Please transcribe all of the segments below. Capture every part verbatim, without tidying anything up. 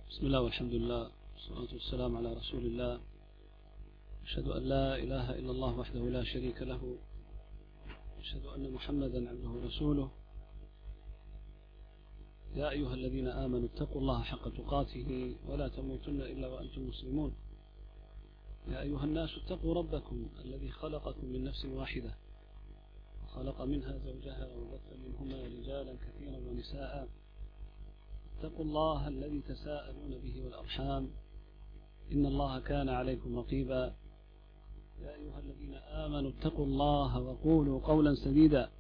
بسم الله والحمد لله والصلاة والسلام على رسول الله. أشهد أن لا إله إلا الله وحده لا شريك له، أشهد أن محمدا عبده ورسوله. يا أيها الذين آمنوا اتقوا الله حق تقاته ولا تموتن إلا وأنتم مسلمون. يا أيها الناس اتقوا ربكم الذي خلقكم من نفس واحدة وخلق منها زوجها وبث منهما رجالا كثيرا ونساء. اتقوا الله الذي تساءلون به والأرحام إن الله كان عليكم رقيبا. يا أيها الذين آمنوا اتقوا الله وقولوا قولا سديدا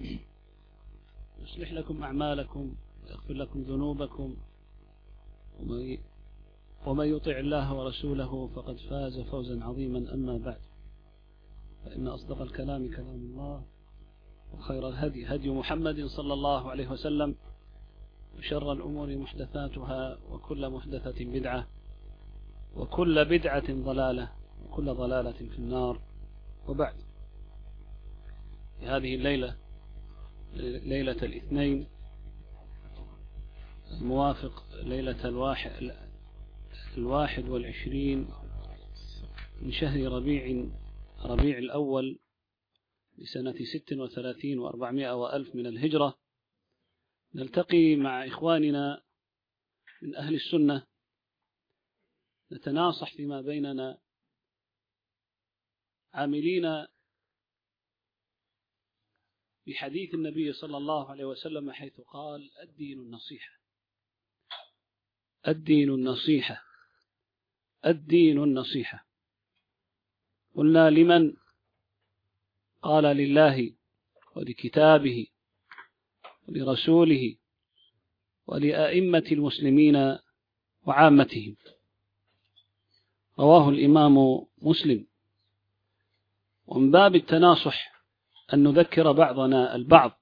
يصلح لكم أعمالكم ويغفر لكم ذنوبكم، ومن يطع الله ورسوله فقد فاز فوزا عظيما. أما بعد، فإن أصدق الكلام كلام الله، وخير الهدي هدي محمد صلى الله عليه وسلم، وشر الأمور محدثاتها، وكل محدثة بدعة، وكل بدعة ضلالة، وكل ضلالة في النار. وبعد، في هذه الليلة ليلة الاثنين الموافق ليلة الواحد, الواحد والعشرين من شهر ربيع ربيع الأول لسنة ست وثلاثين وأربعمائة وألف من الهجرة، نلتقي مع إخواننا من أهل السنة نتناصح فيما بيننا، عاملين بحديث النبي صلى الله عليه وسلم حيث قال: الدين النصيحة، الدين النصيحة، الدين النصيحة. قلنا: لمن؟ قال: لله ولكتابه ولرسوله ولأئمة المسلمين وعامتهم. رواه الإمام مسلم. ومن باب التناصح أن نذكر بعضنا البعض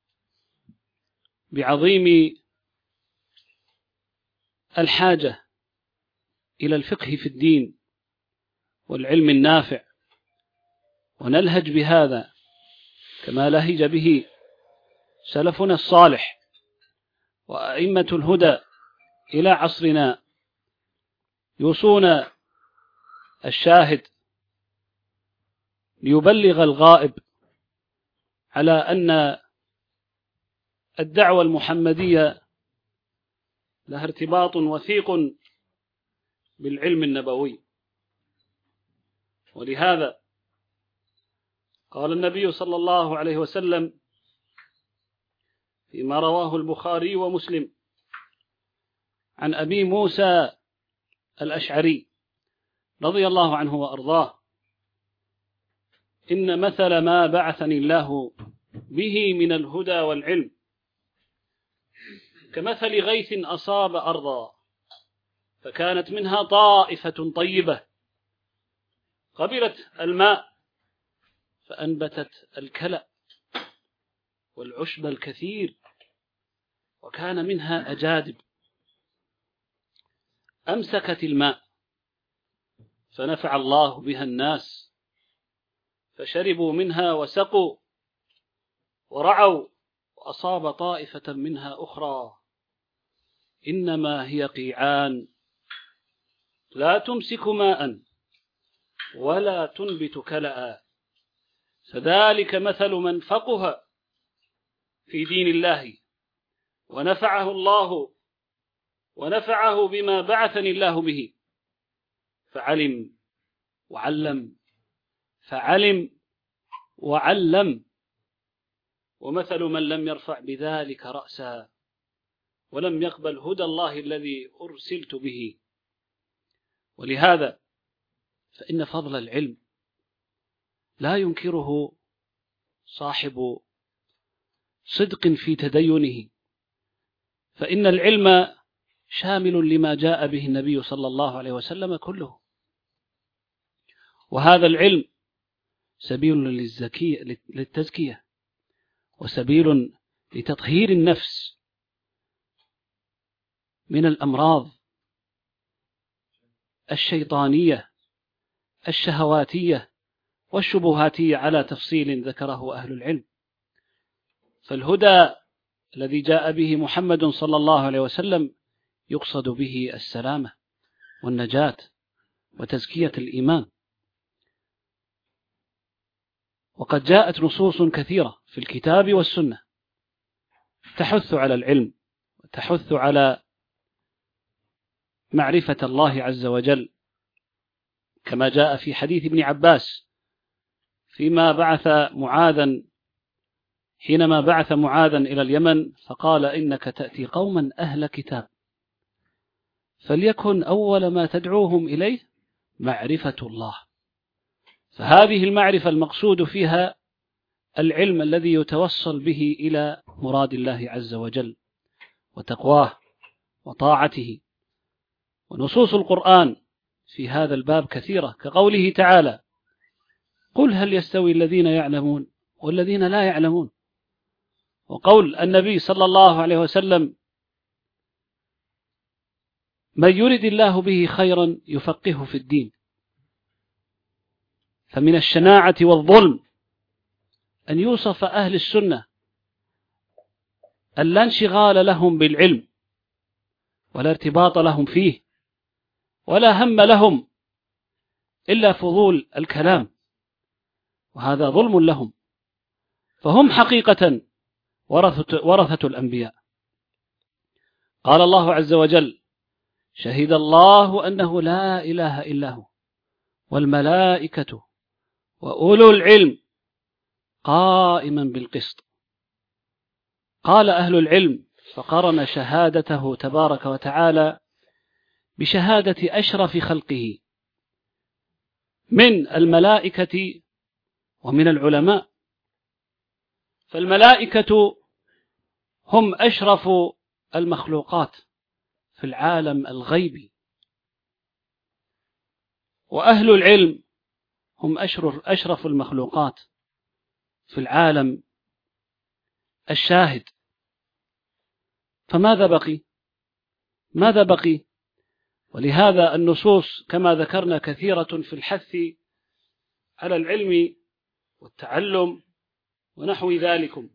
بعظيم الحاجة إلى الفقه في الدين والعلم النافع، ونلهج بهذا كما لهج به سلفنا الصالح وأئمة الهدى إلى عصرنا، يوصون الشاهد ليبلغ الغائب على أن الدعوة المحمدية لها ارتباط وثيق بالعلم النبوي. ولهذا قال النبي صلى الله عليه وسلم فيما رواه البخاري ومسلم عن أبي موسى الأشعري رضي الله عنه وأرضاه: إن مثل ما بعثني الله به من الهدى والعلم كمثل غيث أصاب أرضا فكانت منها طائفة طيبة قبلت الماء فأنبتت الكلأ والعشب الكثير، وكان منها أجادب أمسكت الماء فنفع الله بها الناس، فشربوا منها وسقوا ورعوا، وأصاب طائفة منها أخرى إنما هي قيعان لا تمسك ماء ولا تنبت كلأ، فذلك مثل من فقه في دين الله ونفعه الله ونفعه بما بعثني الله به، فعلم وعلم، فعلم وعلم. ومثل من لم يرفع بذلك رأسا ولم يقبل هدى الله الذي أرسلت به. ولهذا فإن فضل العلم لا ينكره صاحب صدق في تدينه، فإن العلم شامل لما جاء به النبي صلى الله عليه وسلم كله، وهذا العلم سبيل للتزكية وسبيل لتطهير النفس من الأمراض الشيطانية الشهواتية والشبهاتية على تفصيل ذكره أهل العلم. فالهدى الذي جاء به محمد صلى الله عليه وسلم يقصد به السلامة والنجاة وتزكية الإيمان. وقد جاءت نصوص كثيرة في الكتاب والسنة تحث على العلم وتحث على معرفة الله عز وجل، كما جاء في حديث ابن عباس فيما بعث معاذا حينما بعث معاذا إلى اليمن فقال: إنك تأتي قوما أهل كتاب فليكن أول ما تدعوهم إليه معرفة الله. فهذه المعرفة المقصود فيها العلم الذي يتوصل به إلى مراد الله عز وجل وتقواه وطاعته. ونصوص القرآن في هذا الباب كثيرة، كقوله تعالى: قل هل يستوي الذين يعلمون والذين لا يعلمون. وقول النبي صلى الله عليه وسلم: من يرد الله به خيرا يفقهه في الدين. فمن الشناعة والظلم أن يوصف أهل السنة أن لا انشغال لهم بالعلم ولا ارتباط لهم فيه ولا هم لهم إلا فضول الكلام، وهذا ظلم لهم، فهم حقيقة ورثة, ورثة الأنبياء. قال الله عز وجل: شهد الله أنه لا إله إلا هو والملائكة وأولو العلم قائما بالقسط. قال أهل العلم فقرن شهادته تبارك وتعالى بشهادة أشرف خلقه من الملائكة ومن العلماء. فالملائكة هم أشرف المخلوقات في العالم الغيبي، وأهل العلم هم أشرف المخلوقات في العالم الشاهد. فماذا بقي؟ ماذا بقي؟ ولهذا النصوص كما ذكرنا كثيرة في الحث على العلم والتعلم ونحو ذلك.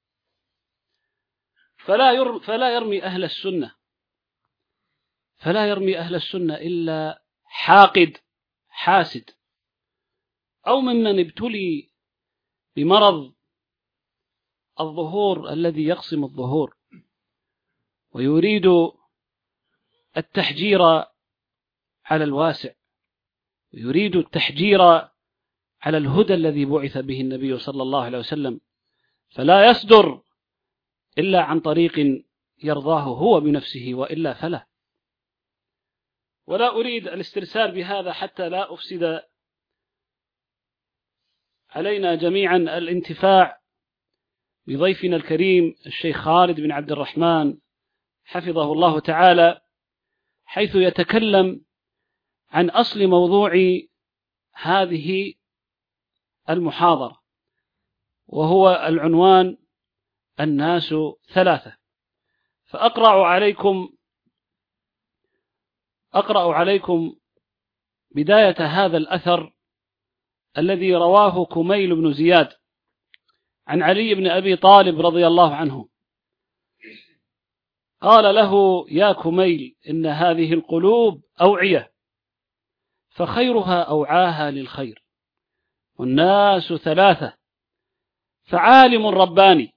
فلا يرمي, فلا يرمي أهل السنة فلا يرمي أهل السنة إلا حاقد حاسد، أو ممن ابتلي بمرض الظهور الذي يقسم الظهور ويريد التحجير على الواسع، ويريد التحجير على الهدى الذي بعث به النبي صلى الله عليه وسلم، فلا يصدر إلا عن طريق يرضاه هو بنفسه وإلا فلا. ولا أريد الاسترسال بهذا حتى لا أفسد علينا جميعا الانتفاع بضيفنا الكريم الشيخ خالد بن عبد الرحمن حفظه الله تعالى، حيث يتكلم عن أصل موضوع هذه المحاضرة، وهو العنوان: الناس ثلاثة. فأقرأ عليكم أقرأ عليكم بداية هذا الأثر الذي رواه كميل بن زياد عن علي بن أبي طالب رضي الله عنه. قال له: يا كميل، إن هذه القلوب أوعية فخيرها أوعاها للخير، والناس ثلاثة: فعالم رباني،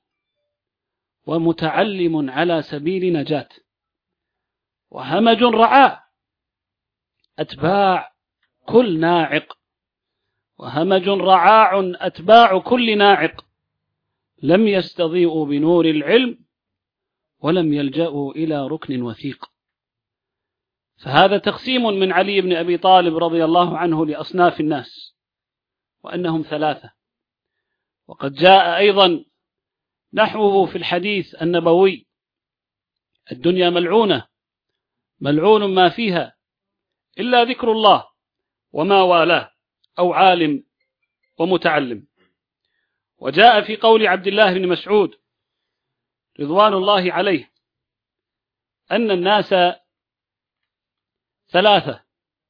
ومتعلم على سبيل نجاة، وهمج رعاع أتباع كل ناعق وهمج رعاع أتباع كل ناعق لم يستضيئوا بنور العلم ولم يلجأوا إلى ركن وثيق. فهذا تقسيم من علي بن أبي طالب رضي الله عنه لأصناف الناس، وأنهم ثلاثة. وقد جاء أيضا نحوه في الحديث النبوي: الدنيا ملعونة ملعون ما فيها إلا ذكر الله وما والاه، أو عالم ومتعلم. وجاء في قول عبد الله بن مسعود رضوان الله عليه أن الناس ثلاثة،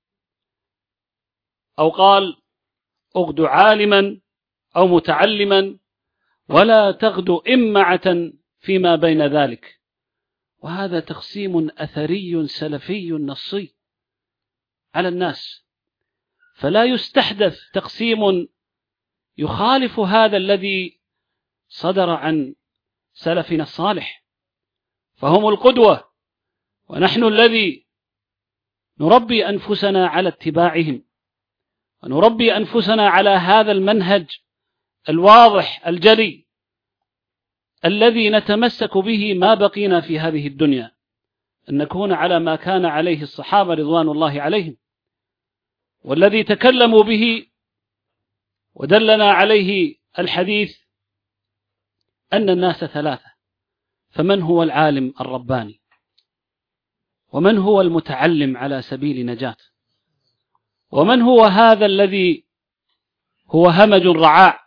أو قال: اغد عالما أو متعلما ولا تغد إمعة فيما بين ذلك، وهذا تقسيم أثري سلفي نصي على الناس، فلا يستحدث تقسيم يخالف هذا الذي صدر عن سلفنا الصالح، فهم القدوة، ونحن الذي نربي أنفسنا على اتباعهم، ونربي أنفسنا على هذا المنهج الواضح الجلي الذي نتمسك به ما بقينا في هذه الدنيا، أن نكون على ما كان عليه الصحابة رضوان الله عليهم، والذي تكلموا به ودلنا عليه الحديث أن الناس ثلاثة: فمن هو العالم الرباني، ومن هو المتعلم على سبيل نجاة، ومن هو هذا الذي هو همج رعاع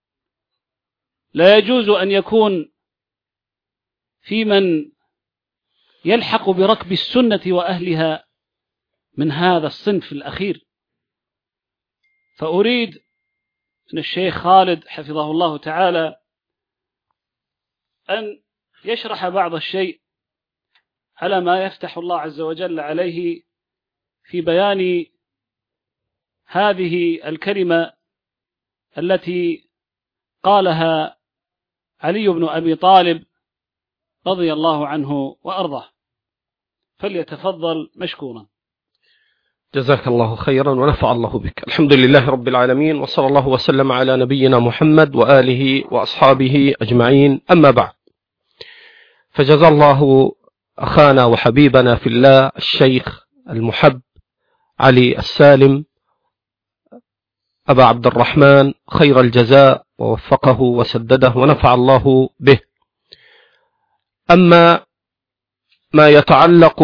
لا يجوز أن يكون في من يلحق بركب السنة وأهلها من هذا الصنف الأخير. فأريد من الشيخ خالد حفظه الله تعالى أن يشرح بعض الشيء على ما يفتح الله عز وجل عليه في بيان هذه الكلمة التي قالها علي بن أبي طالب رضي الله عنه وأرضاه، فليتفضل مشكورا. جزاك الله خيرا ونفع الله بك. الحمد لله رب العالمين، وصلى الله وسلم على نبينا محمد وآله وأصحابه أجمعين، أما بعد، فجزا الله أخانا وحبيبنا في الله الشيخ المحب علي السالم أبا عبد الرحمن خير الجزاء، ووفقه وسدده ونفع الله به. أما ما يتعلق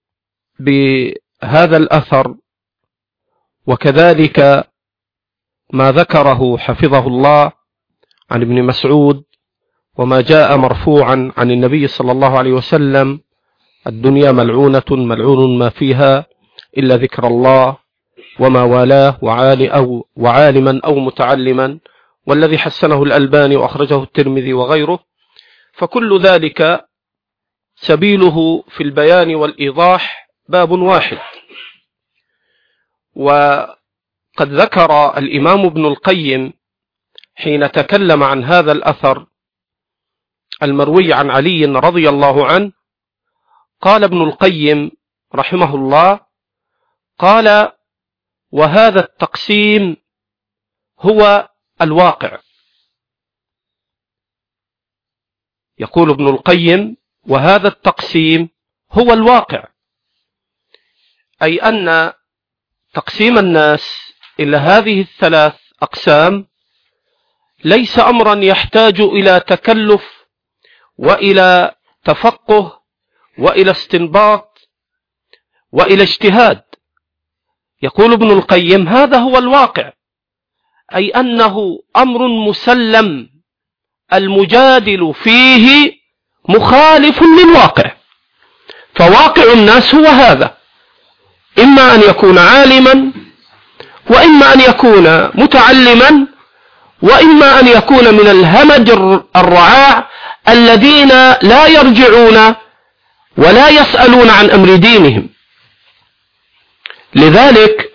بهذا الأثر وكذلك ما ذكره حفظه الله عن ابن مسعود وما جاء مرفوعا عن النبي صلى الله عليه وسلم: الدنيا ملعونة ملعون ما فيها إلا ذكر الله وما والاه أو وعالما أو متعلما، والذي حسنه الألباني وأخرجه الترمذي وغيره. فكل ذلك سبيله في البيان والإيضاح باب واحد. وقد ذكر الإمام ابن القيم حين تكلم عن هذا الأثر المروي عن علي رضي الله عنه، قال ابن القيم رحمه الله: قال: وهذا التقسيم هو الواقع. يقول ابن القيم: وهذا التقسيم هو الواقع، أي أن تقسيم الناس إلى هذه الثلاث أقسام ليس أمرا يحتاج إلى تكلف وإلى تفقه وإلى استنباط وإلى اجتهاد. يقول ابن القيم: هذا هو الواقع، أي أنه أمر مسلم المجادل فيه مخالف للواقع. فواقع الناس هو هذا، إما أن يكون عالما، وإما أن يكون متعلما، وإما أن يكون من الهمج الرعاع الذين لا يرجعون ولا يسألون عن أمر دينهم. لذلك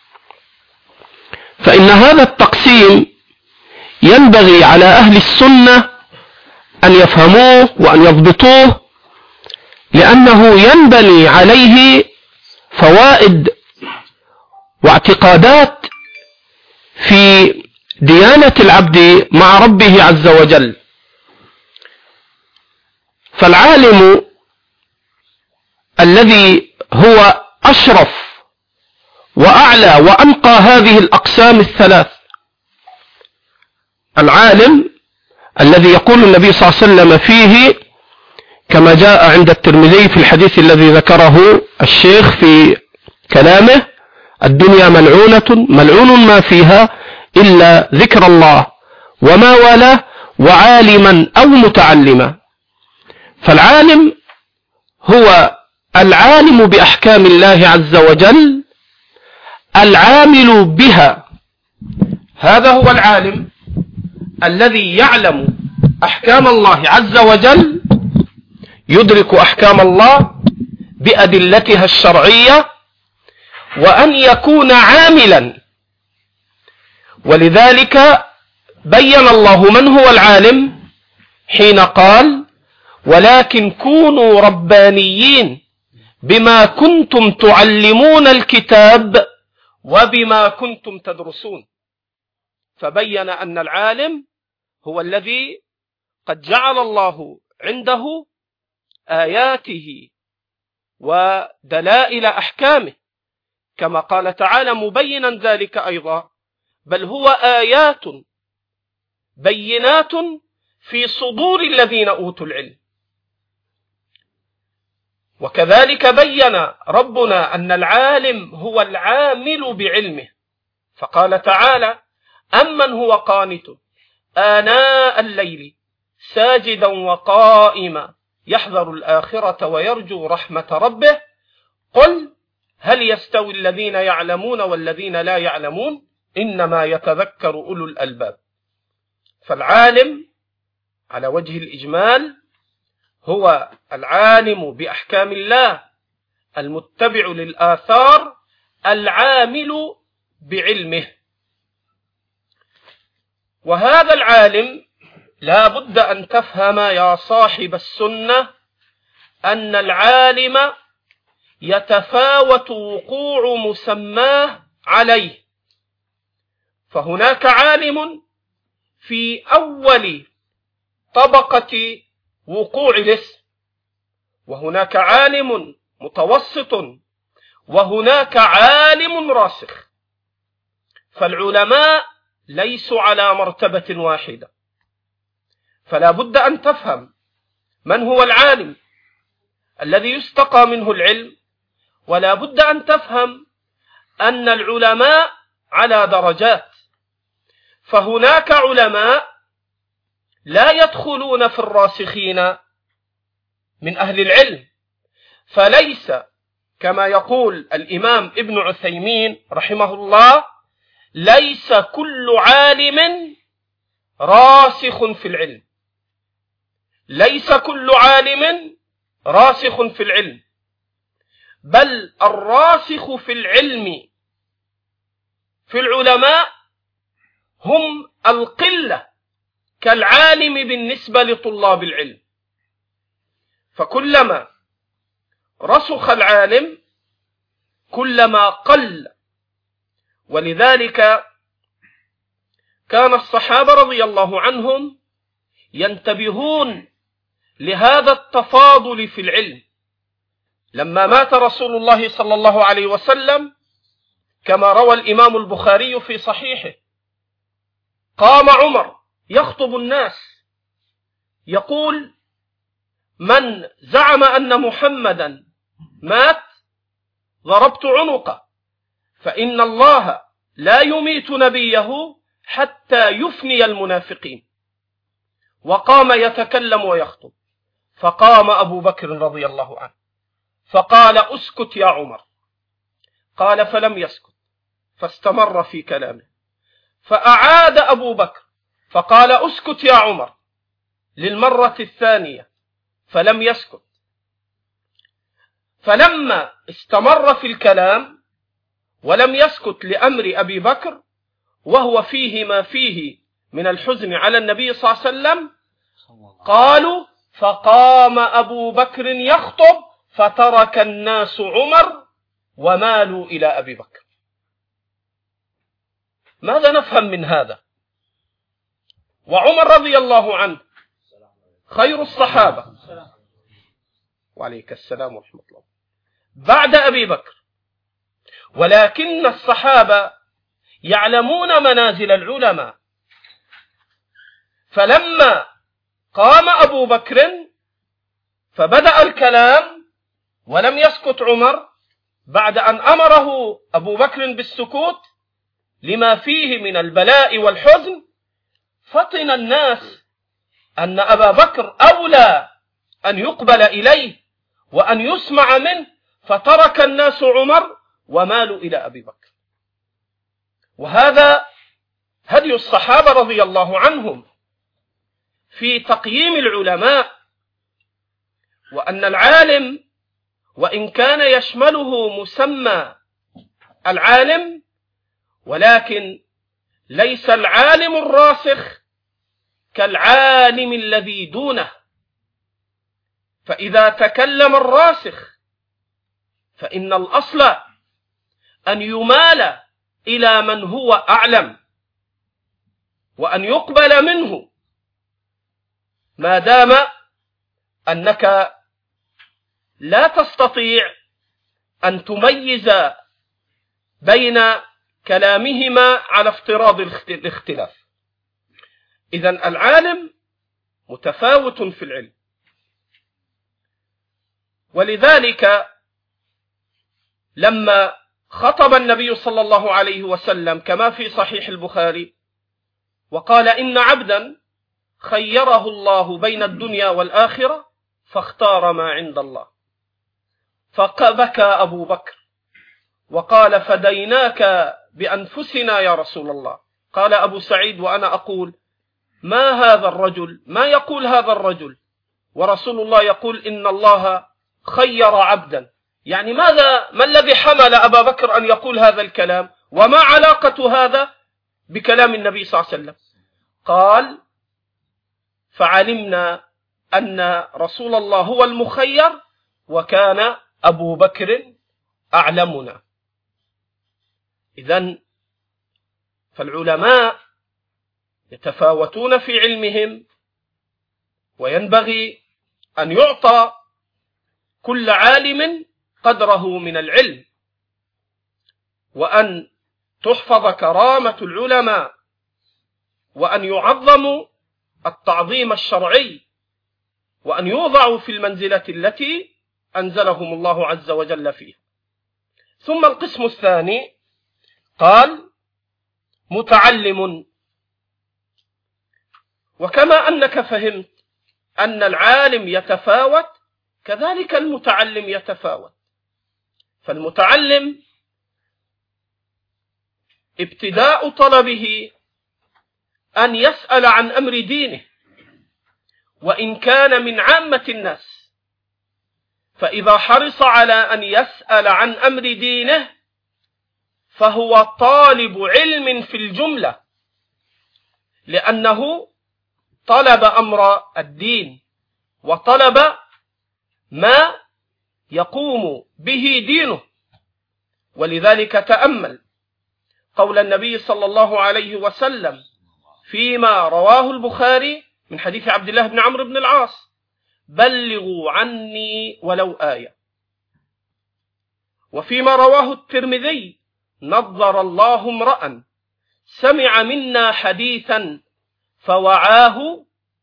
فإن هذا التقسيم ينبغي على أهل السنة أن يفهموه وأن يضبطوه، لأنه ينبني عليه فوائد واعتقادات في ديانة العبد مع ربه عز وجل. فالعالم الذي هو أشرف وأعلى وأنقى هذه الأقسام الثلاث، العالم الذي يقول النبي صلى الله عليه وسلم فيه كما جاء عند الترمذي في الحديث الذي ذكره الشيخ في كلامه: الدنيا ملعونة ملعون ما فيها إلا ذكر الله وما والاه وعالما أو متعلما. فالعالم هو العالم بأحكام الله عز وجل العامل بها، هذا هو العالم الذي يعلم أحكام الله عز وجل، يدرك أحكام الله بأدلتها الشرعية، وأن يكون عاملا. ولذلك بين الله من هو العالم حين قال: ولكن كونوا ربانيين بما كنتم تعلمون الكتاب وبما كنتم تدرسون. فبين أن العالم هو الذي قد جعل الله عنده آياته ودلائل أحكامه، كما قال تعالى مبينا ذلك أيضا: بل هو آيات بينات في صدور الذين أوتوا العلم. وكذلك بين ربنا أن العالم هو العامل بعلمه، فقال تعالى: أمن هو قانت آناء الليل ساجدا وقائما يحذر الآخرة ويرجو رحمة ربه قل هل يستوي الذين يعلمون والذين لا يعلمون إنما يتذكر أولو الألباب. فالعالم على وجه الإجمال هو العالم بأحكام الله، المتبع للآثار، العامل بعلمه. وهذا العالم لا بد أن تفهم يا صاحب السنة أن العالم يتفاوت وقوع مسماه عليه. فهناك عالم في أول طبقة وقوع الاسم، وهناك عالم متوسط، وهناك عالم راسخ. فالعلماء ليسوا على مرتبة واحدة، فلا بد أن تفهم من هو العالم الذي يستقى منه العلم، ولا بد أن تفهم أن العلماء على درجات. فهناك علماء لا يدخلون في الراسخين من أهل العلم، فليس كما يقول الإمام ابن عثيمين رحمه الله: ليس كل عالم راسخ في العلم، ليس كل عالم راسخ في العلم، بل الراسخ في العلم في العلماء هم القلة كالعالم بالنسبة لطلاب العلم. فكلما رسخ العالم كلما قل. ولذلك كان الصحابة رضي الله عنهم ينتبهون لهذا التفاضل في العلم. لما مات رسول الله صلى الله عليه وسلم كما روى الإمام البخاري في صحيحه، قام عمر يخطب الناس يقول: من زعم أن محمدا مات ضربت عنقه، فإن الله لا يميت نبيه حتى يفني المنافقين. وقام يتكلم ويخطب، فقام أبو بكر رضي الله عنه فقال: أسكت يا عمر. قال فلم يسكت، فاستمر في كلامه، فأعاد أبو بكر فقال: أسكت يا عمر للمرة الثانية، فلم يسكت. فلما استمر في الكلام ولم يسكت لأمر أبي بكر، وهو فيه ما فيه من الحزن على النبي صلى الله عليه وسلم، قالوا: فقام أبو بكر يخطب فترك الناس عمر ومالوا إلى أبي بكر. ماذا نفهم من هذا؟ وعمر رضي الله عنه خير الصحابة، وعليك السلام ورحمة الله، بعد أبي بكر، ولكن الصحابة يعلمون منازل العلماء. فلما قام أبو بكر فبدأ الكلام ولم يسكت عمر، بعد أن أمره أبو بكر بالسكوت لما فيه من البلاء والحزن، فطن الناس أن أبا بكر أولى أن يقبل إليه وأن يسمع منه، فترك الناس عمر ومالوا إلى أبي بكر. وهذا هدي الصحابة رضي الله عنهم في تقييم العلماء. وأن العالم وإن كان يشمله مسمى العالم، ولكن ليس العالم الراسخ كالعالم الذي دونه. فإذا تكلم الراسخ فإن الأصل أن يمال إلى من هو أعلم، وأن يقبل منه ما دام أنك لا تستطيع أن تميز بين كلامهما على افتراض الاختلاف. إذن العالم متفاوت في العلم، ولذلك لما خطب النبي صلى الله عليه وسلم كما في صحيح البخاري وقال: إن عبدا خيره الله بين الدنيا والآخرة فاختار ما عند الله، فبكى أبو بكر وقال: فديناك بأنفسنا يا رسول الله. قال أبو سعيد وأنا أقول: ما هذا الرجل، ما يقول هذا الرجل ورسول الله يقول إن الله خير عبدا؟ يعني ماذا، ما الذي حمل أبا بكر أن يقول هذا الكلام، وما علاقة هذا بكلام النبي صلى الله عليه وسلم؟ قال: فعلمنا أن رسول الله هو المخير وكان أبو بكر أعلمنا. إذن فالعلماء يتفاوتون في علمهم، وينبغي أن يعطى كل عالم قدره من العلم، وأن تحفظ كرامة العلماء، وأن يعظموا التعظيم الشرعي، وأن يوضعوا في المنزلة التي أنزلهم الله عز وجل فيها. ثم القسم الثاني قال: متعلم. وكما أنك فهمت أن العالم يتفاوت، كذلك المتعلم يتفاوت. فالمتعلم ابتداء طلبه أن يسأل عن أمر دينه، وإن كان من عامة الناس، فإذا حرص على أن يسأل عن أمر دينه فهو طالب علم في الجملة، لأنه طلب أمر الدين وطلب ما يقوم به دينه. ولذلك تأمل قول النبي صلى الله عليه وسلم فيما رواه البخاري من حديث عبد الله بن عمرو بن العاص: بلغوا عني ولو آية. وفيما رواه الترمذي: نظر الله امرأ سمع منا حديثا فوعاه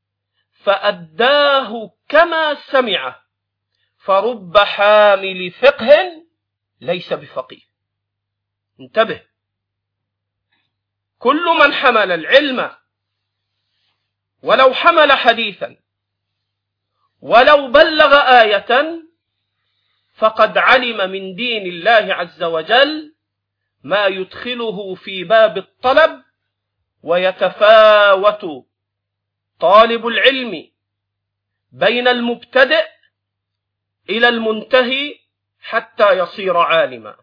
فأداه كما سمعه، فرب حامل فقه ليس بفقيه. انتبه، كل من حمل العلم ولو حمل حديثا ولو بلغ آية فقد علم من دين الله عز وجل ما يدخله في باب الطلب. ويتفاوت طالب العلم بين المبتدئ إلى المنتهي حتى يصير عالما،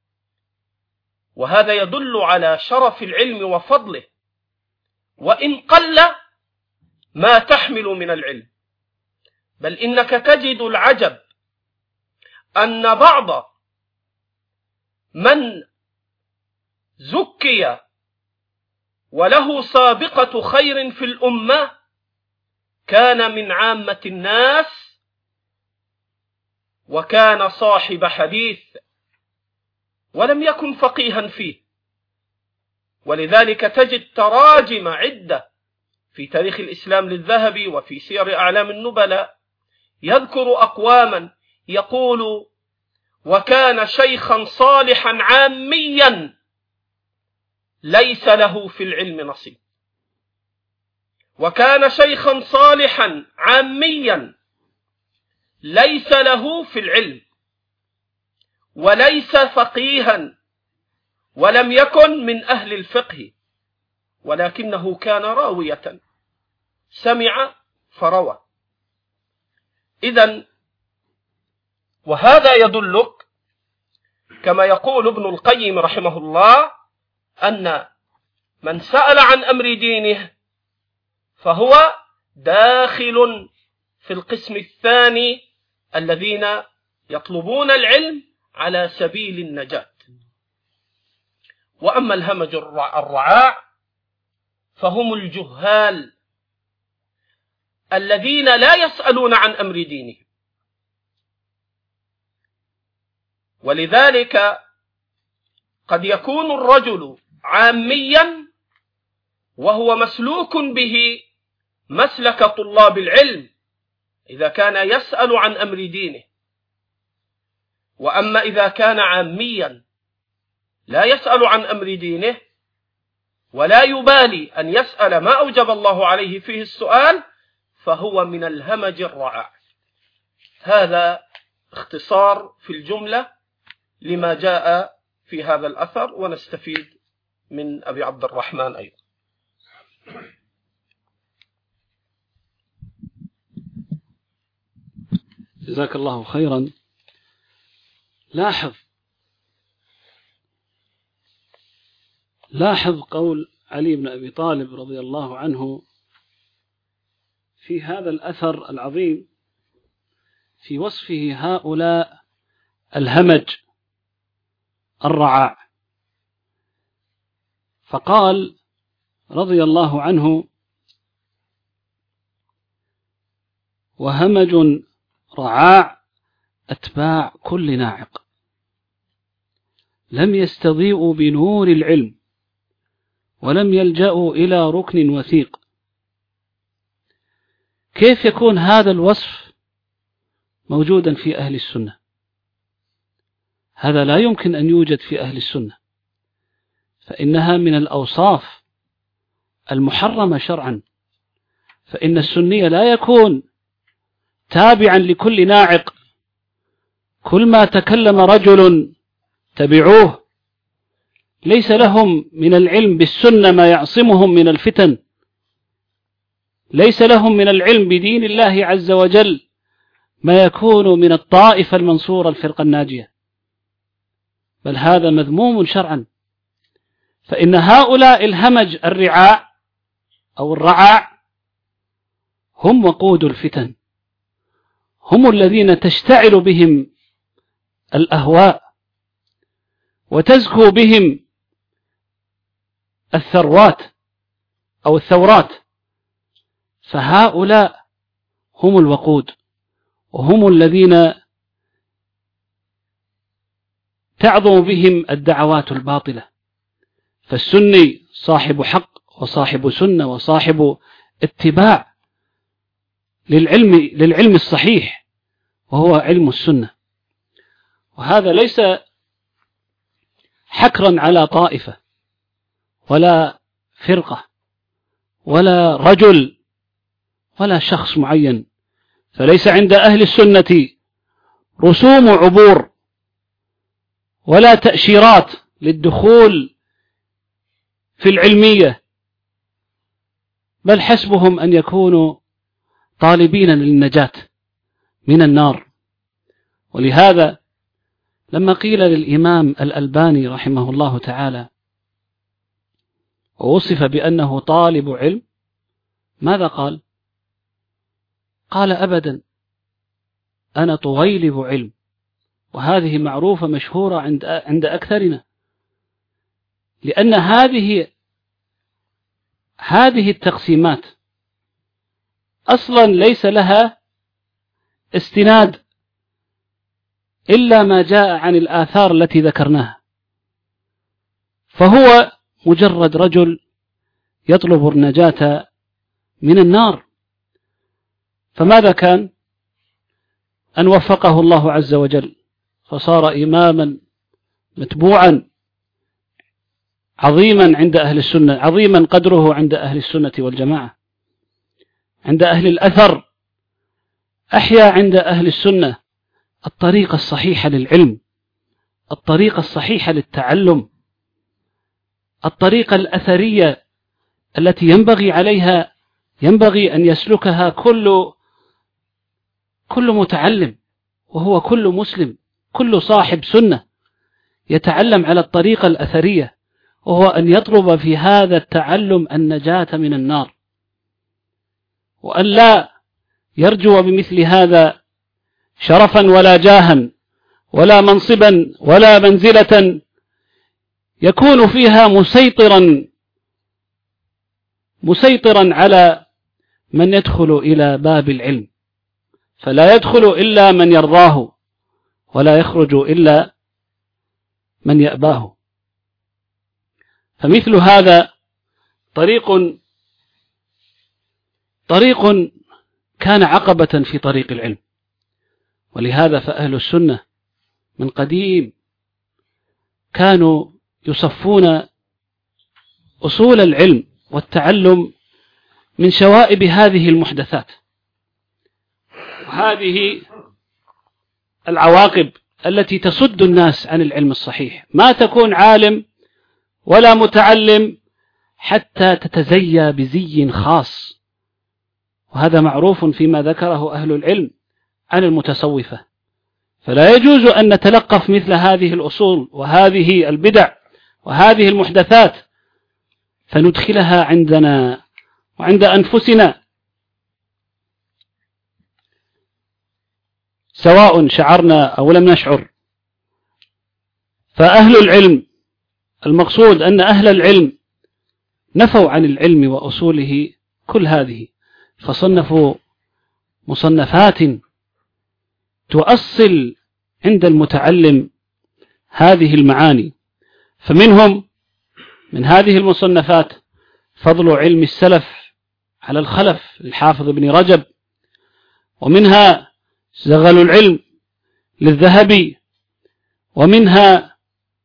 وهذا يدل على شرف العلم وفضله، وإن قل ما تحمل من العلم. بل إنك تجد العجب أن بعض من زكي وله سابقة خير في الأمة كان من عامة الناس وكان صاحب حديث ولم يكن فقيها فيه. ولذلك تجد تراجم عدة في تاريخ الإسلام للذهبي وفي سير أعلام النبلاء يذكر أقواما يقول: وكان شيخا صالحا عاميا ليس له في العلم نصيب. وكان شيخا صالحا عاميا ليس له في العلم، وليس فقيها، ولم يكن من أهل الفقه، ولكنه كان راوية، سمع فروى. إذن وهذا يدلك كما يقول ابن القيم رحمه الله أن من سأل عن أمر دينه فهو داخل في القسم الثاني الذين يطلبون العلم على سبيل النجاة. وأما الهمج الرعاع فهم الجهال الذين لا يسألون عن أمر دينه، ولذلك قد يكون الرجل عاميا وهو مسلوك به مسلك طلاب العلم إذا كان يسأل عن أمر دينه. وأما إذا كان عاميا لا يسأل عن أمر دينه ولا يبالي أن يسأل ما أوجب الله عليه فيه السؤال فهو من الهمج الرعاع. هذا اختصار في الجملة لما جاء في هذا الأثر، ونستفيد من أبي عبد الرحمن أيضا. جزاك الله خيرا. لاحظ لاحظ قول علي بن أبي طالب رضي الله عنه في هذا الأثر العظيم في وصفه هؤلاء الهمج الرعاع، فقال رضي الله عنه: وهمج رعاع أتباع كل ناعق لم يستضيئوا بنور العلم ولم يلجأوا إلى ركن وثيق. كيف يكون هذا الوصف موجودا في أهل السنة؟ هذا لا يمكن أن يوجد في أهل السنة، فإنها من الأوصاف المحرمة شرعا. فإن السني لا يكون تابعا لكل ناعق، كل ما تكلم رجل تبعوه، ليس لهم من العلم بالسنة ما يعصمهم من الفتن، ليس لهم من العلم بدين الله عز وجل ما يكون من الطائفة المنصورة الفرقة الناجية، بل هذا مذموم شرعا. فإن هؤلاء الهمج الرعاع أو الرعاع هم وقود الفتن، هم الذين تشتعل بهم الأهواء وتزكو بهم الثروات أو الثورات. فهؤلاء هم الوقود وهم الذين تعظم بهم الدعوات الباطلة. فالسني صاحب حق وصاحب سنة وصاحب اتباع للعلم للعلم الصحيح وهو علم السنة. وهذا ليس حكرا على طائفة ولا فرقة ولا رجل ولا شخص معين، فليس عند أهل السنة رسوم عبور ولا تأشيرات للدخول في العلمية، بل حسبهم أن يكونوا طالبين للنجاة من النار. ولهذا لما قيل للإمام الألباني رحمه الله تعالى ووصف بأنه طالب علم، ماذا قال؟ قال: أبدا، أنا طويلب علم. وهذه معروفة مشهورة عند عند أكثرنا، لأن هذه هذه التقسيمات أصلا ليس لها استناد إلا ما جاء عن الآثار التي ذكرناها، فهو مجرد رجل يطلب النجاة من النار. فماذا كان؟ أن وفقه الله عز وجل فصار إماما متبوعا عظيما عند أهل السنة، عظيما قدره عند أهل السنة والجماعة، عند أهل الأثر. أحيا عند أهل السنة الطريقة الصحيحة للعلم، الطريقة الصحيحة للتعلم، الطريقة الأثرية التي ينبغي عليها ينبغي أن يسلكها كل كل متعلم وهو كل مسلم، كل صاحب سنة يتعلم على الطريقة الأثرية، وهو أن يطلب في هذا التعلم النجاة من النار، وأن لا يرجو بمثل هذا شرفا ولا جاها ولا منصبا ولا منزلة يكون فيها مسيطرا مسيطرا على من يدخل إلى باب العلم، فلا يدخل إلا من يرضاه ولا يخرج إلا من يأباه. فمثل هذا طريق طريق كان عقبة في طريق العلم. ولهذا فأهل السنة من قديم كانوا يصفون أصول العلم والتعلم من شوائب هذه المحدثات وهذه العواقب التي تسد الناس عن العلم الصحيح. ما تكون عالم ولا متعلم حتى تتزيى بزي خاص، وهذا معروف فيما ذكره أهل العلم عن المتصوفة. فلا يجوز أن نتلقف مثل هذه الأصول وهذه البدع وهذه المحدثات فندخلها عندنا وعند أنفسنا، سواء شعرنا أو لم نشعر. فأهل العلم، المقصود أن أهل العلم نفوا عن العلم وأصوله كل هذه، فصنفوا مصنفات تؤصل عند المتعلم هذه المعاني. فمنهم من هذه المصنفات فضل علم السلف على الخلف للحافظ ابن رجب، ومنها زغل العلم للذهبي، ومنها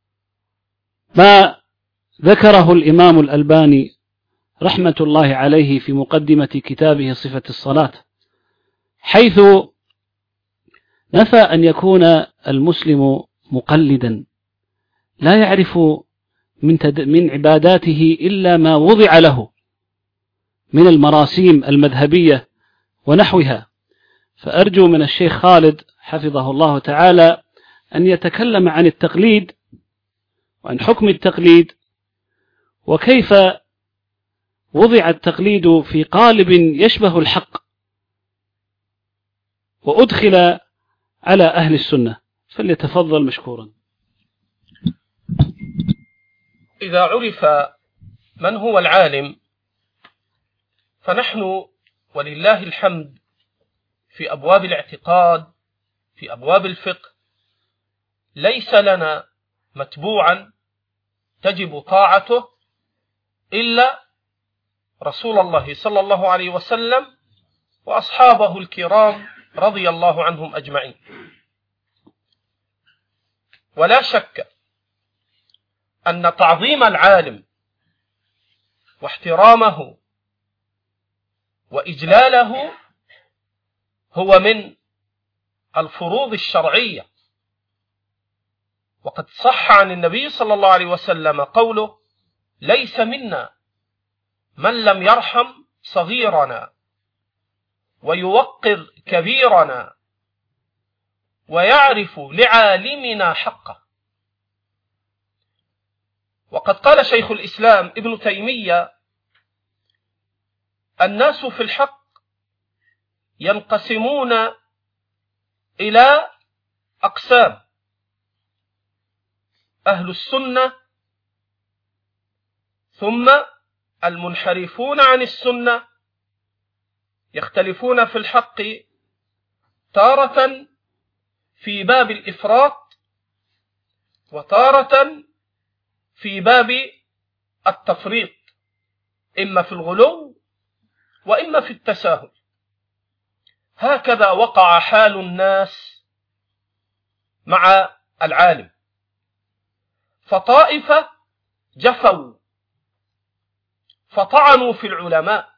ما ذكره الإمام الألباني رحمة الله عليه في مقدمة كتابه صفة الصلاة، حيث نفى أن يكون المسلم مقلدا لا يعرف من, تد... من عباداته إلا ما وضع له من المراسيم المذهبية ونحوها. فأرجو من الشيخ خالد حفظه الله تعالى أن يتكلم عن التقليد وعن حكم التقليد، وكيف وضع التقليد في قالب يشبه الحق وأدخل على أهل السنة. فليتفضل مشكورا. إذا عرف من هو العالم فنحن ولله الحمد في أبواب الاعتقاد، في أبواب الفقه، ليس لنا متبوعا تجب طاعته إلا رسول الله صلى الله عليه وسلم وأصحابه الكرام رضي الله عنهم أجمعين. ولا شك أن تعظيم العالم واحترامه وإجلاله هو من الفروض الشرعية. وقد صح عن النبي صلى الله عليه وسلم قوله: ليس منا من لم يرحم صغيرنا ويوقر كبيرنا ويعرف لعالمنا حقه. وقد قال شيخ الإسلام ابن تيمية: الناس في الحق ينقسمون إلى أقسام: أهل السنة، ثم المنحرفون عن السنة، يختلفون في الحق تارة في باب الإفراط وتارة في باب التفريط، إما في الغلو وإما في التساهل. هكذا وقع حال الناس مع العالم، فطائفة جفوا فطعنوا في العلماء،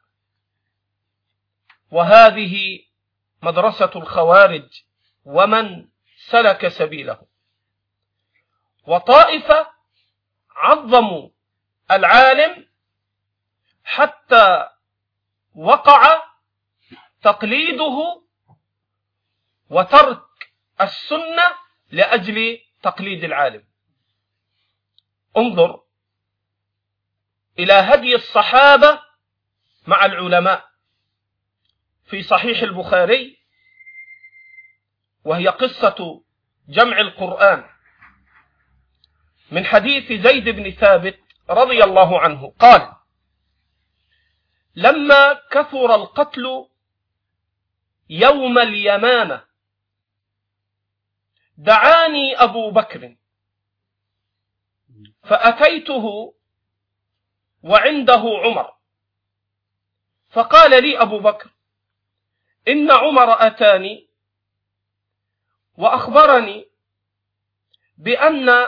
وهذه مدرسة الخوارج ومن سلك سبيله. وطائفة عظموا العالم حتى وقع تقليده وترك السنة لأجل تقليد العالم. انظر إلى هدي الصحابة مع العلماء. في صحيح البخاري، وهي قصة جمع القرآن، من حديث زيد بن ثابت رضي الله عنه قال: لما كثر القتل يوم اليمامة دعاني أبو بكر فأتيته وعنده عمر، فقال لي أبو بكر: إن عمر أتاني وأخبرني بأن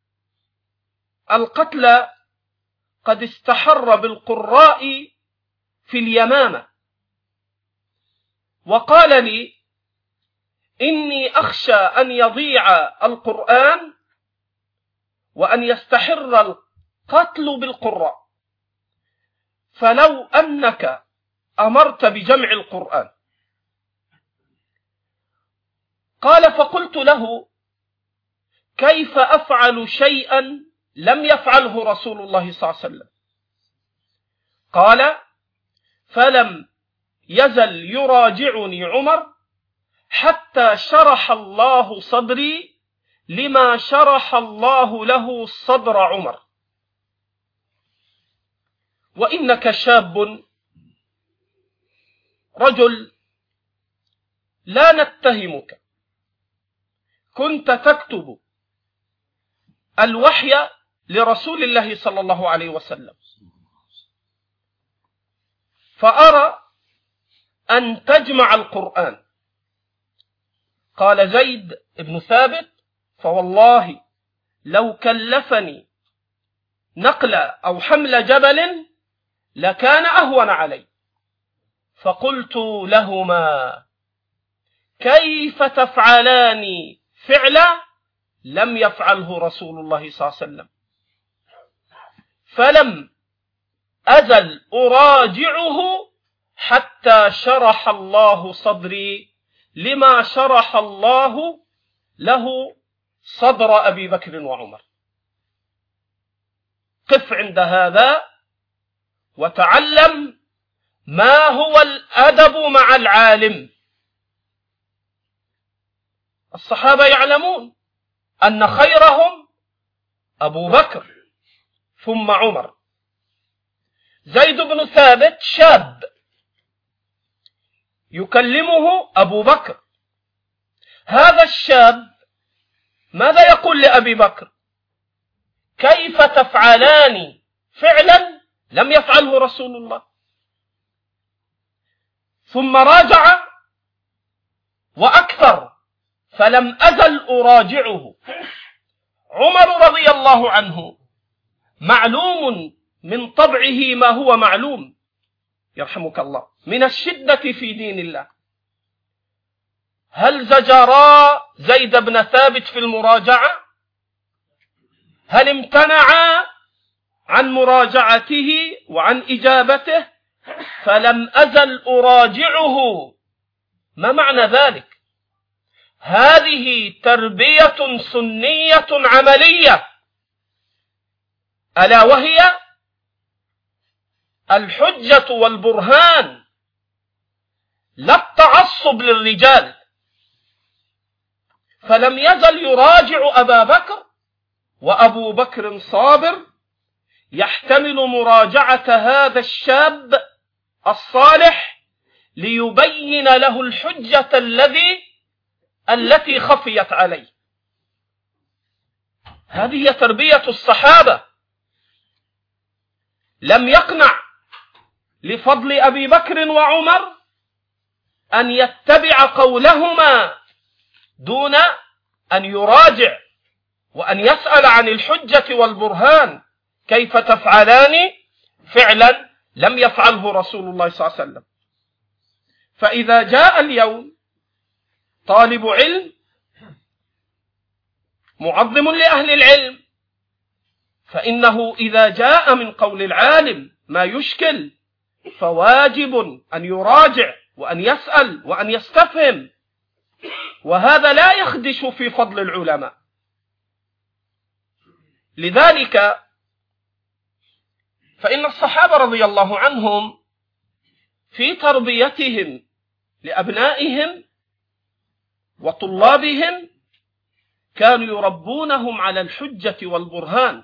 القتل قد استحر بالقراء في اليمامة، وقال لي: إني أخشى أن يضيع القرآن وأن يستحر القتل بالقراء، فلو أنك أمرت بجمع القرآن. قال: فقلت له: كيف أفعل شيئا لم يفعله رسول الله صلى الله عليه وسلم؟ قال: فلم يزل يراجعني عمر حتى شرح الله صدري لما شرح الله له صدر عمر، وإنك شاب رجل لا نتهمك، كنت تكتب الوحي لرسول الله صلى الله عليه وسلم، فأرى أن تجمع القرآن. قال زيد بن ثابت: فوالله لو كلفني نقل أو حمل جبل لكان أهون علي. فقلت لهما: كيف تفعلان فعلا لم يفعله رسول الله صلى الله عليه وسلم؟ فلم أزل أراجعه حتى شرح الله صدري لما شرح الله له صدر أبي بكر وعمر. قف عند هذا وتعلم ما هو الأدب مع العالم. الصحابة يعلمون أن خيرهم أبو بكر ثم عمر. زيد بن ثابت شاب يكلمه أبو بكر، هذا الشاب ماذا يقول لأبي بكر؟ كيف تفعلان فعلا لم يفعله رسول الله؟ ثم راجع وأكثر، فلم أزل أراجعه. عمر رضي الله عنه معلوم من طبعه ما هو معلوم، يرحمك الله، من الشدة في دين الله. هل زجرا زيد بن ثابت في المراجعة؟ هل امتنعا عن مراجعته وعن إجابته؟ فلم أزل أراجعه. ما معنى ذلك؟ هذه تربية سنية عملية، ألا وهي الحجة والبرهان، لا التعصب للرجال. فلم يزل يراجع أبا بكر، وأبو بكر صابر يحتمل مراجعة هذا الشاب الصالح ليبين له الحجة الذي التي خفيت عليه. هذه تربية الصحابة. لم يقنع لفضل أبي بكر وعمر أن يتبع قولهما دون أن يراجع وأن يسأل عن الحجة والبرهان. كيف تفعلان فعلا لم يفعله رسول الله صلى الله عليه وسلم. فإذا جاء اليوم طالب علم معظم لأهل العلم، فإنه إذا جاء من قول العالم ما يشكل فواجب أن يراجع وأن يسأل وأن يستفهم. وهذا لا يخدش في فضل العلماء. لذلك فإن الصحابة رضي الله عنهم في تربيتهم لأبنائهم وطلابهم كانوا يربونهم على الحجة والبرهان،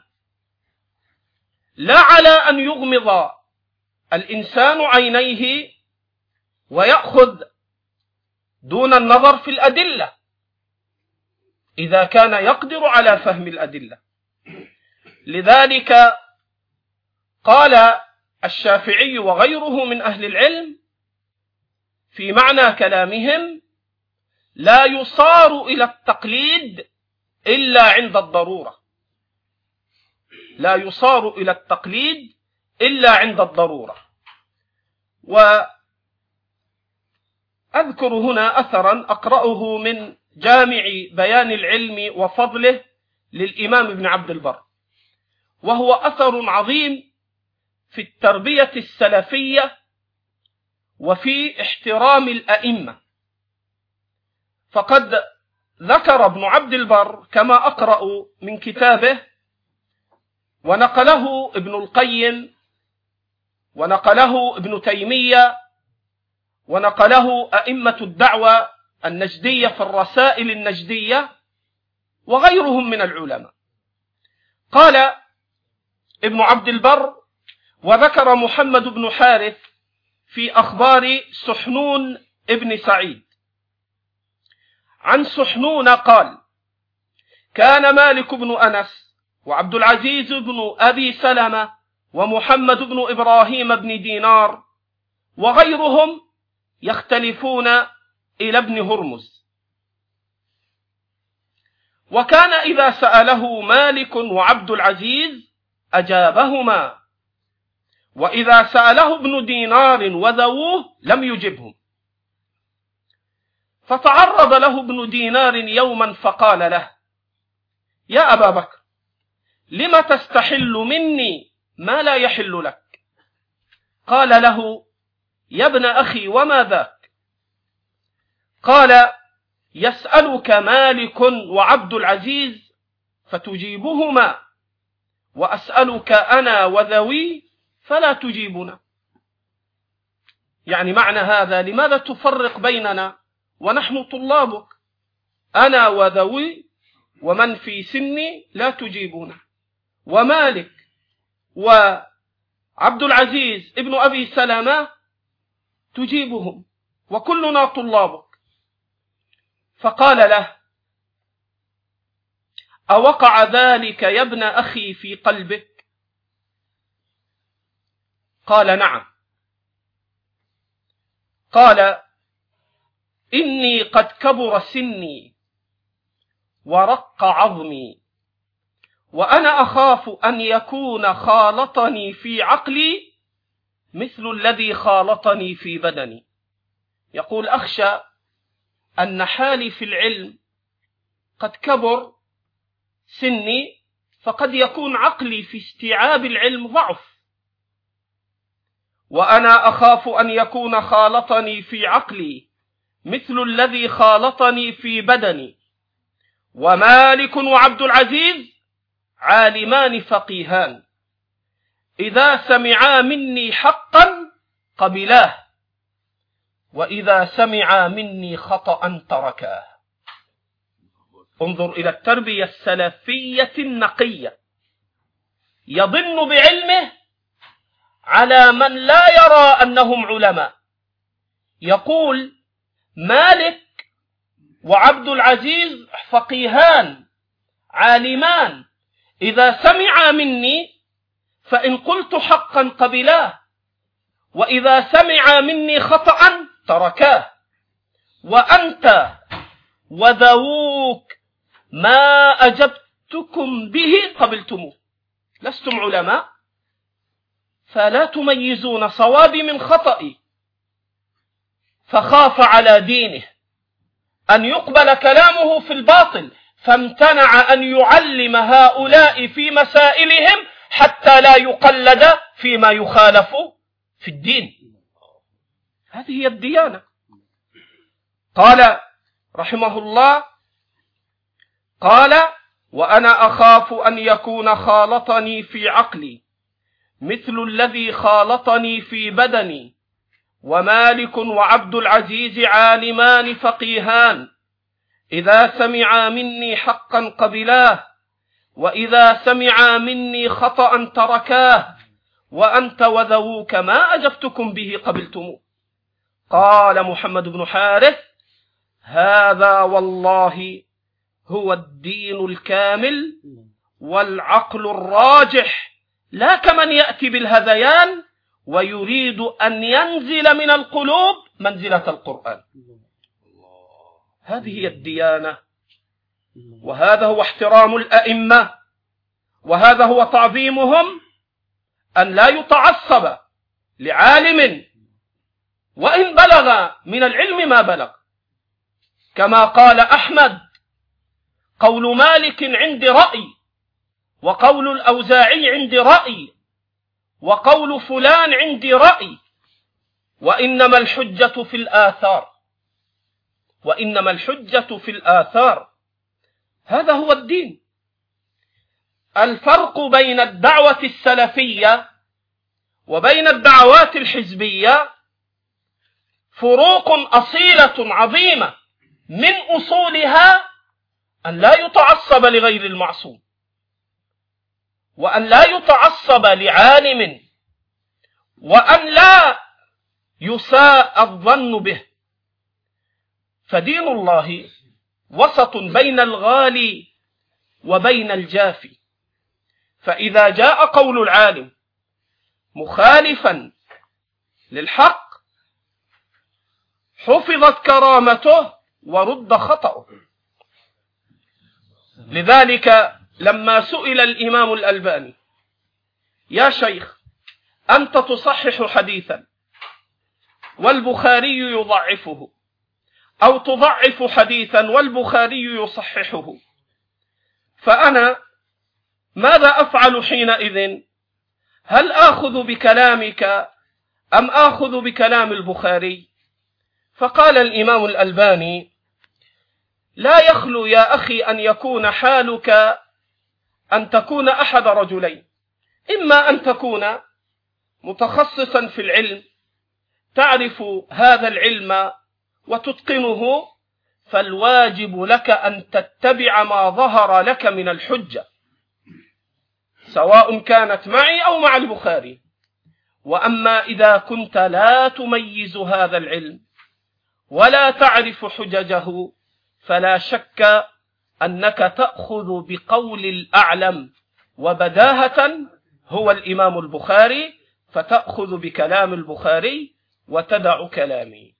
لا على أن يغمض الإنسان عينيه ويأخذ دون النظر في الأدلة إذا كان يقدر على فهم الأدلة. لذلك قال الشافعي وغيره من أهل العلم في معنى كلامهم: لا يصار إلى التقليد إلا عند الضرورة. لا يصار إلى التقليد إلا عند الضرورة. وأذكر هنا أثرا أقرأه من جامع بيان العلم وفضله للإمام ابن عبد البر، وهو أثر عظيم في التربية السلفية وفي احترام الأئمة. فقد ذكر ابن عبد البر كما أقرأ من كتابه، ونقله ابن القيم، ونقله ابن تيمية، ونقله أئمة الدعوة النجدية في الرسائل النجدية وغيرهم من العلماء. قال ابن عبد البر: وذكر محمد بن حارث في أخبار سحنون ابن سعيد عن سحنون قال: كان مالك بن أنس وعبد العزيز بن أبي سلمة ومحمد بن إبراهيم بن دينار وغيرهم يختلفون إلى ابن هرمز، وكان إذا سأله مالك وعبد العزيز أجابهما، وإذا سأله ابن دينار وذووه لم يجبهم. فتعرض له ابن دينار يوما فقال له: يا أبا بكر، لم تستحل مني ما لا يحل لك؟ قال له: يا ابن أخي، وما ذاك؟ قال: يسألك مالك وعبد العزيز فتجيبهما، وأسألك أنا وذوي فلا تجيبنا. يعني معنى هذا: لماذا تفرق بيننا ونحن طلابك؟ أنا وذوي ومن في سني لا تجيبنا، ومالك وعبد العزيز ابن أبي سلمة تجيبهم، وكلنا طلابك. فقال له: أوقع ذلك يا ابن أخي في قلبك؟ قال: نعم. قال: إني قد كبر سني ورق عظمي، وأنا أخاف أن يكون خالطني في عقلي مثل الذي خالطني في بدني. يقول: أخشى أن حالي في العلم قد كبر سني، فقد يكون عقلي في استيعاب العلم ضعف، وأنا أخاف أن يكون خالطني في عقلي مثل الذي خالطني في بدني. ومالك وعبد العزيز عالمان فقيهان، إذا سمعا مني حقا قبلاه، وإذا سمعا مني خطأ تركاه. انظر إلى التربية السلفية النقية. يضن بعلمه على من لا يرى أنهم علماء. يقول: مالك وعبد العزيز فقيهان عالمان، إذا سمعا مني فإن قلت حقا قبلاه، وإذا سمعا مني خطأ تركاه. وأنت وذووك ما أجبتكم به قبلتموه، لستم علماء، فلا تميزون صوابي من خطئي. فخاف على دينه أن يقبل كلامه في الباطل، فامتنع أن يعلم هؤلاء في مسائلهم حتى لا يقلد فيما يخالف في الدين. هذه هي الديانة. قال: رحمه الله قال: وأنا أخاف أن يكون خالطني في عقلي مثل الذي خالطني في بدني، ومالك وعبد العزيز عالمان فقيهان، إذا سمعا مني حقا قبلاه، وإذا سمعا مني خطأ تركاه، وأنت وذووك ما أجبتكم به قبلتموه. قال محمد بن حارث: هذا والله هو الدين الكامل والعقل الراجح، لا كمن يأتي بالهذيان ويريد أن ينزل من القلوب منزلة القرآن. هذه هي الديانة، وهذا هو احترام الأئمة، وهذا هو تعظيمهم، أن لا يتعصب لعالم وإن بلغ من العلم ما بلغ. كما قال أحمد: قول مالك عندي رأي، وقول الأوزاعي عندي رأي، وقول فلان عندي رأي، وإنما الحجة في الآثار، وإنما الحجة في الآثار. هذا هو الدين. الفرق بين الدعوة السلفية وبين الدعوات الحزبية فروق أصيلة عظيمة، من أصولها أن لا يتعصب لغير المعصوم، وأن لا يتعصب لعالم، وأن لا يساء الظن به. فدين الله وسط بين الغالي وبين الجافي، فإذا جاء قول العالم مخالفا للحق حفظت كرامته ورد خطأه. لذلك لما سئل الإمام الألباني: يا شيخ، أنت تصحح حديثا والبخاري يضعفه، أو تضعف حديثا والبخاري يصححه، فأنا ماذا أفعل حينئذ؟ هل آخذ بكلامك أم آخذ بكلام البخاري؟ فقال الإمام الألباني: لا يخلو يا أخي أن يكون حالك أن تكون أحد رجلين، إما أن تكون متخصصا في العلم تعرف هذا العلم وتتقنه، فالواجب لك أن تتبع ما ظهر لك من الحجة، سواء كانت معي أو مع البخاري. وأما إذا كنت لا تميز هذا العلم ولا تعرف حججه، فلا شك أنك تأخذ بقول الأعلم، وبداهة هو الإمام البخاري، فتأخذ بكلام البخاري وتدع كلامي.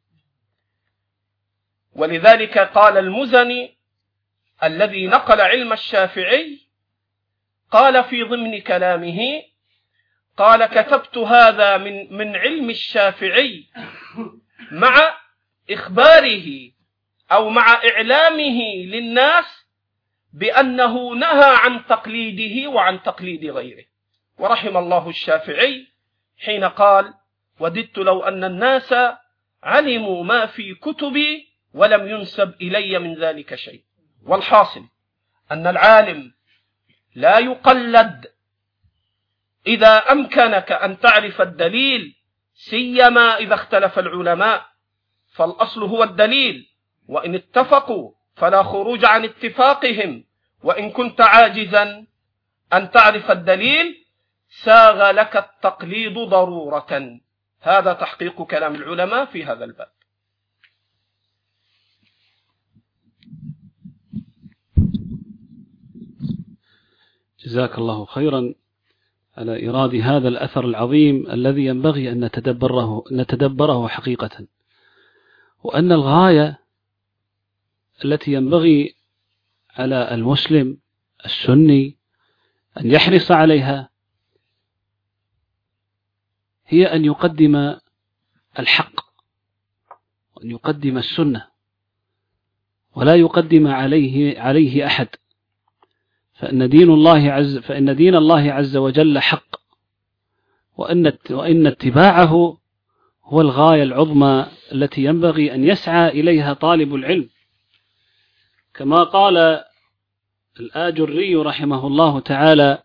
ولذلك قال المزني الذي نقل علم الشافعي، قال في ضمن كلامه، قال: كتبت هذا من من علم الشافعي مع إخباره أو مع إعلامه للناس بأنه نهى عن تقليده وعن تقليد غيره. ورحم الله الشافعي حين قال: وددت لو أن الناس علموا ما في كتبي ولم ينسب إلي من ذلك شيء. والحاصل أن العالم لا يقلد إذا أمكنك أن تعرف الدليل، سيما إذا اختلف العلماء، فالأصل هو الدليل، وإن اتفقوا فلا خروج عن اتفاقهم، وإن كنت عاجزا أن تعرف الدليل ساغ لك التقليد ضرورة. هذا تحقيق كلام العلماء في هذا الباب. جزاك الله خيرا على إيراد هذا الأثر العظيم الذي ينبغي أن نتدبره, نتدبره حقيقة، وأن الغاية التي ينبغي على المسلم السني أن يحرص عليها هي أن يقدم الحق، وأن يقدم السنة، ولا يقدم عليه عليه أحد، فإن دين الله عز فإن دين الله عز وجل حق، وأن وإن اتباعه هو الغاية العظمى التي ينبغي أن يسعى إليها طالب العلم. كما قال الآجري رحمه الله تعالى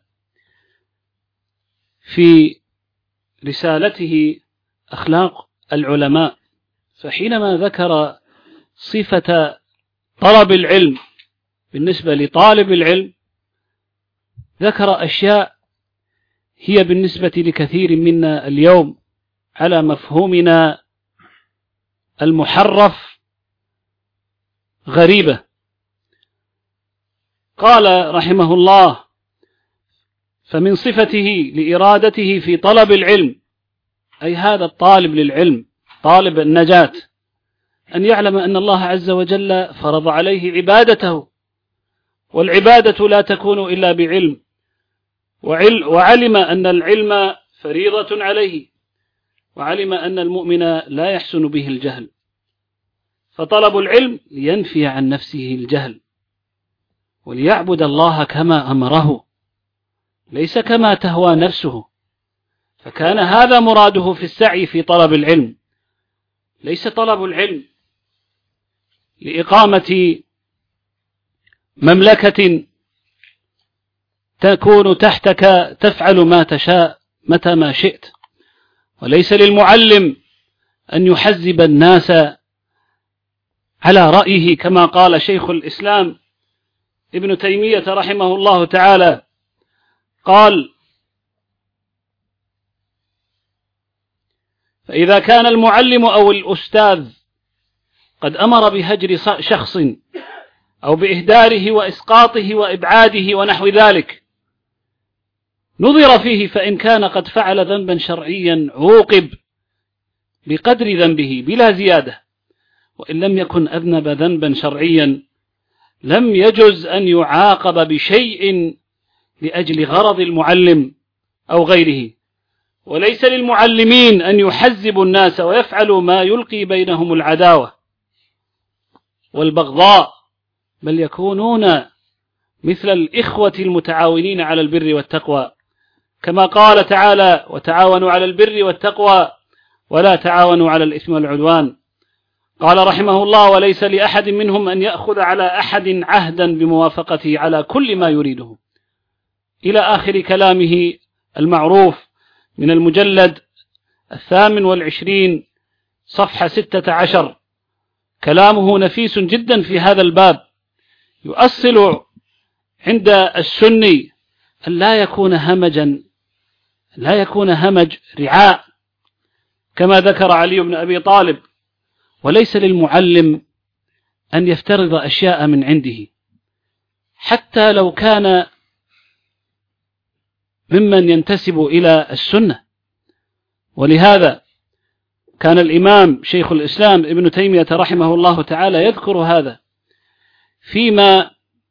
في رسالته أخلاق العلماء، فحينما ذكر صفة طلب العلم بالنسبة لطالب العلم ذكر أشياء هي بالنسبة لكثير منا اليوم على مفهومنا المحرف غريبة. قال رحمه الله: فمن صفته لإرادته في طلب العلم، أي هذا الطالب للعلم طالب النجاة، أن يعلم أن الله عز وجل فرض عليه عبادته، والعبادة لا تكون إلا بعلم، وعلم أن العلم فريضة عليه، وعلم أن المؤمن لا يحسن به الجهل، فطلب العلم لينفي عن نفسه الجهل وليعبد الله كما أمره ليس كما تهوى نفسه. فكان هذا مراده في السعي في طلب العلم، ليس طلب العلم لإقامة مملكة تكون تحتك تفعل ما تشاء متى ما شئت، وليس للمعلم أن يحزب الناس على رأيه كما قال شيخ الإسلام ابن تيمية رحمه الله تعالى، قال: فإذا كان المعلم أو الأستاذ قد أمر بهجر شخص أو بإهداره وإسقاطه وإبعاده ونحو ذلك، نظر فيه، فإن كان قد فعل ذنبا شرعيا عوقب بقدر ذنبه بلا زيادة، وإن لم يكن أذنب ذنبا شرعيا لم يجز أن يعاقب بشيء لأجل غرض المعلم أو غيره. وليس للمعلمين أن يحزبوا الناس ويفعلوا ما يلقي بينهم العداوة والبغضاء، بل يكونون مثل الإخوة المتعاونين على البر والتقوى، كما قال تعالى: وتعاونوا على البر والتقوى ولا تعاونوا على الإثم والعدوان. قال رحمه الله: وليس لأحد منهم أن يأخذ على أحد عهدا بموافقته على كل ما يريده، إلى آخر كلامه المعروف من المجلد الثامن والعشرين صفحة ستة عشر. كلامه نفيس جدا في هذا الباب، يؤصل عند السني أن لا يكون همجا لا يكون همج رعاء كما ذكر علي بن أبي طالب، وليس للمعلم أن يفترض أشياء من عنده حتى لو كان ممن ينتسب إلى السنة. ولهذا كان الإمام شيخ الإسلام ابن تيمية رحمه الله تعالى يذكر هذا فيما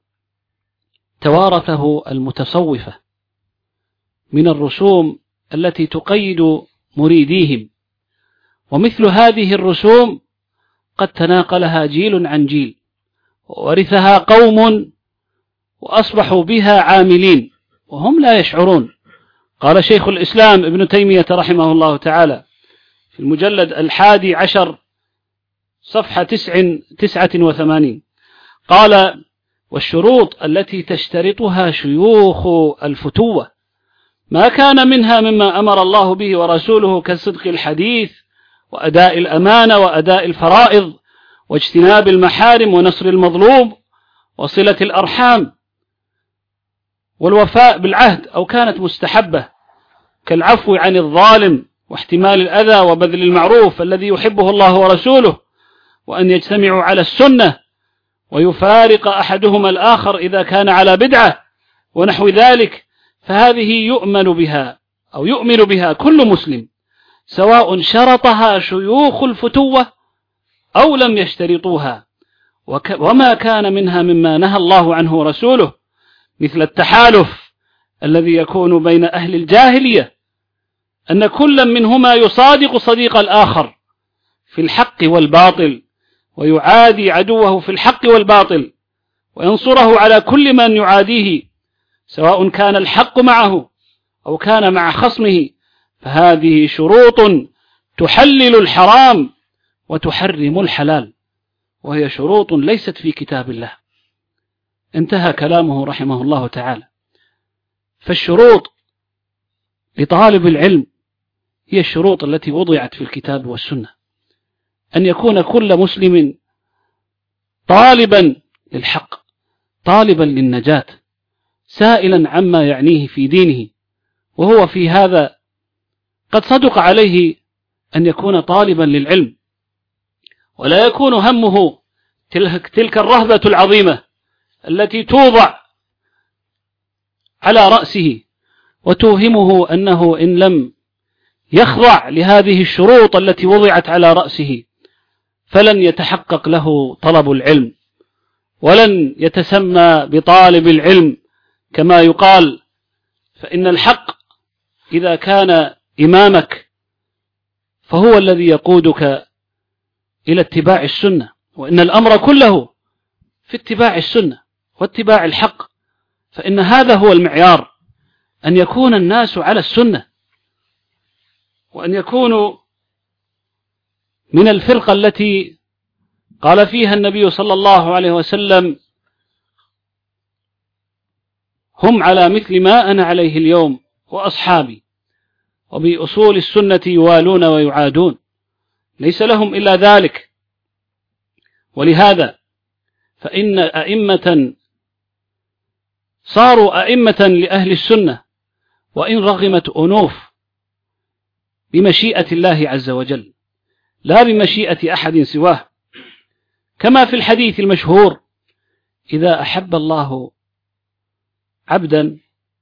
توارثه المتصوفة من الرسوم التي تقيد مريديهم، ومثل هذه الرسوم قد تناقلها جيل عن جيل وورثها قوم وأصبحوا بها عاملين وهم لا يشعرون. قال شيخ الإسلام ابن تيمية رحمه الله تعالى في المجلد الحادي عشر صفحة تسع تسعة وثمانين، قال: والشروط التي تشترطها شيوخ الفتوة ما كان منها مما أمر الله به ورسوله كصدق الحديث وأداء الأمانة وأداء الفرائض واجتناب المحارم ونصر المظلوم وصلة الأرحام والوفاء بالعهد، أو كانت مستحبة كالعفو عن الظالم واحتمال الأذى وبذل المعروف الذي يحبه الله ورسوله، وأن يجتمعوا على السنة ويفارق أحدهما الآخر إذا كان على بدعة ونحو ذلك، فهذه يؤمن بها أو يؤمن بها كل مسلم سواء شرطها شيوخ الفتوة أو لم يشترطوها. وما كان منها مما نهى الله عنه ورسوله مثل التحالف الذي يكون بين أهل الجاهلية، أن كل منهما يصادق صديق الآخر في الحق والباطل ويعادي عدوه في الحق والباطل وينصره على كل من يعاديه سواء كان الحق معه أو كان مع خصمه، فهذه شروط تحلل الحرام وتحرم الحلال، وهي شروط ليست في كتاب الله انتهى كلامه رحمه الله تعالى. فالشروط لطالب العلم هي الشروط التي وضعت في الكتاب والسنة، أن يكون كل مسلم طالبا للحق، طالبا للنجاة، سائلا عما يعنيه في دينه، وهو في هذا قد صدق عليه أن يكون طالبا للعلم، ولا يكون همه تلك الرهبة العظيمة التي توضع على رأسه وتوهمه أنه إن لم يخضع لهذه الشروط التي وضعت على رأسه فلن يتحقق له طلب العلم، ولن يتسمى بطالب العلم كما يقال. فإن الحق إذا كان إمامك فهو الذي يقودك إلى اتباع السنة، وإن الأمر كله في اتباع السنة واتباع الحق، فإن هذا هو المعيار، أن يكون الناس على السنة، وأن يكونوا من الفرقة التي قال فيها النبي صلى الله عليه وسلم: هم على مثل ما أنا عليه اليوم وأصحابي، وبأصول السنة يوالون ويعادون، ليس لهم إلا ذلك. ولهذا فإن أئمة صاروا أئمة لأهل السنة وإن رغمت أنوف بمشيئة الله عز وجل، لا بمشيئة أحد سواه، كما في الحديث المشهور: إذا أحب الله عبدا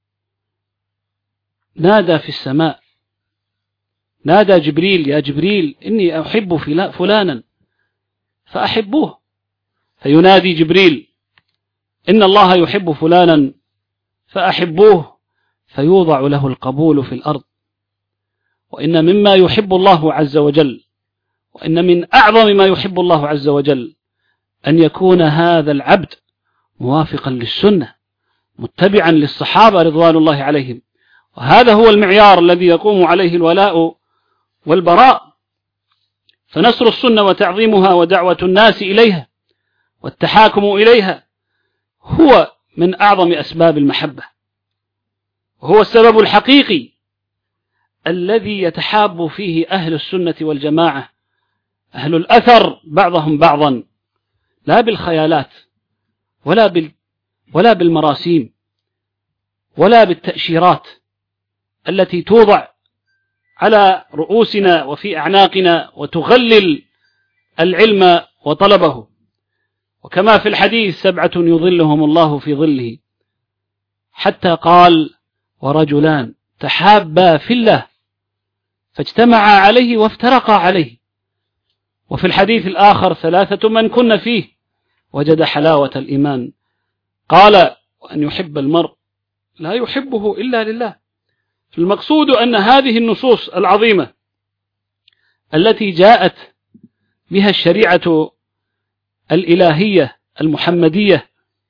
نادى في السماء، نادى جبريل: يا جبريل إني أحب فلانا فأحبوه، فينادي جبريل: إن الله يحب فلانا فأحبوه، فيوضع له القبول في الأرض. وإن مما يحب الله عز وجل، وإن من أعظم ما يحب الله عز وجل أن يكون هذا العبد موافقا للسنة، متبعا للصحابة رضوان الله عليهم، وهذا هو المعيار الذي يقوم عليه الولاء والبراء. فنصر السنة وتعظيمها ودعوة الناس إليها والتحاكم إليها هو من أعظم أسباب المحبة، وهو السبب الحقيقي الذي يتحاب فيه أهل السنة والجماعة، أهل الأثر بعضهم بعضا، لا بالخيالات ولا بال ولا بالمراسيم ولا بالتأشيرات التي توضع على رؤوسنا وفي أعناقنا وتغلل العلم وطلبه. وكما في الحديث: سبعة يظلهم الله في ظله، حتى قال: ورجلان تحابا في الله فاجتمعا عليه وافترقا عليه. وفي الحديث الآخر: ثلاثة من كن فيه وجد حلاوة الإيمان، قال: وأن يحب المرء لا يحبه إلا لله. المقصود أن هذه النصوص العظيمة التي جاءت بها الشريعة الإلهية المحمدية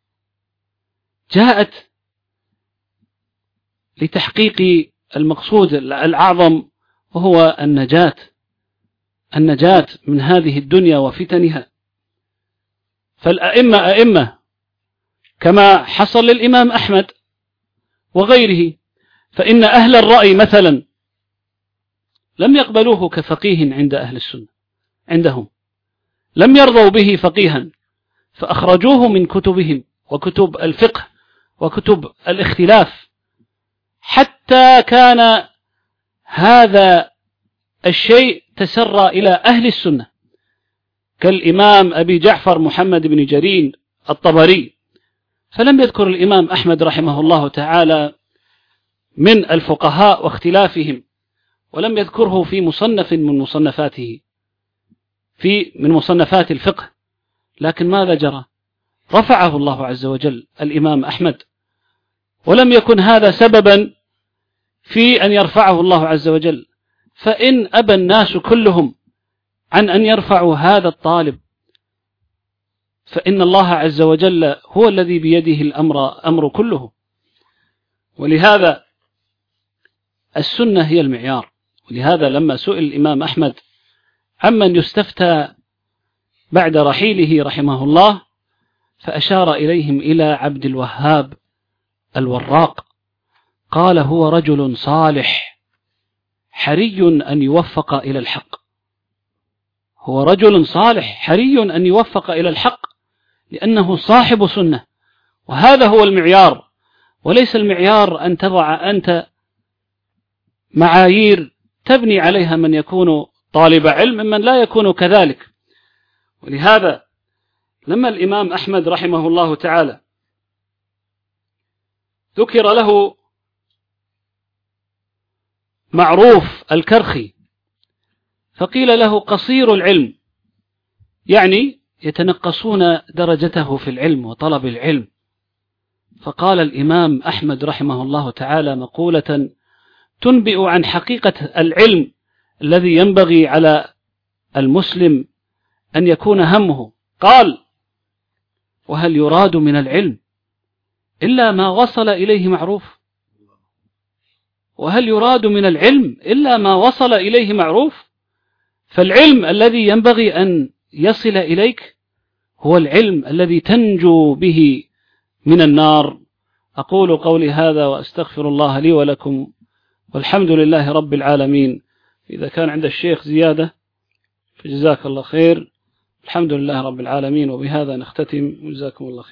جاءت لتحقيق المقصود الأعظم، وهو النجاة النجاة من هذه الدنيا وفتنها. فالأئمة أئمة كما حصل للإمام أحمد وغيره، فإن أهل الرأي مثلا لم يقبلوه كفقيه عند أهل السنة، عندهم لم يرضوا به فقيها، فأخرجوه من كتبهم وكتب الفقه وكتب الاختلاف، حتى كان هذا الشيء تسرى إلى أهل السنة كالإمام أبي جعفر محمد بن جرير الطبري، فلم يذكر الإمام أحمد رحمه الله تعالى من الفقهاء واختلافهم، ولم يذكره في مصنف من مصنفاته في من مصنفات الفقه، لكن ماذا جرى؟ رفعه الله عز وجل الإمام أحمد، ولم يكن هذا سببا في أن يرفعه الله عز وجل. فإن أبى الناس كلهم عن أن يرفعوا هذا الطالب، فإن الله عز وجل هو الذي بيده الأمر أمر كله. ولهذا السنة هي المعيار. ولهذا لما سئل الإمام أحمد عمن يستفتى بعد رحيله رحمه الله، فأشار إليهم إلى عبد الوهاب الوراق، قال: هو رجل صالح حري أن يوفق إلى الحق، هو رجل صالح حري أن يوفق إلى الحق، لأنه صاحب سنة، وهذا هو المعيار، وليس المعيار أن تضع أنت معايير تبني عليها من يكون طالب علم ممن لا يكون كذلك. ولهذا لما الإمام أحمد رحمه الله تعالى ذكر له معروف الكرخي فقيل له قصير العلم، يعني يتنقصون درجته في العلم وطلب العلم، فقال الإمام أحمد رحمه الله تعالى مقولة تنبئ عن حقيقة العلم الذي ينبغي على المسلم أن يكون همه، قال: وهل يراد من العلم إلا ما وصل إليه معروف؟ وهل يراد من العلم إلا ما وصل إليه معروف؟ فالعلم الذي ينبغي أن يصل إليك هو العلم الذي تنجو به من النار. أقول قولي هذا وأستغفر الله لي ولكم، والحمد لله رب العالمين. إذا كان عند الشيخ زيادة فجزاك الله خير. الحمد لله رب العالمين، وبهذا نختتم، وجزاكم الله خير.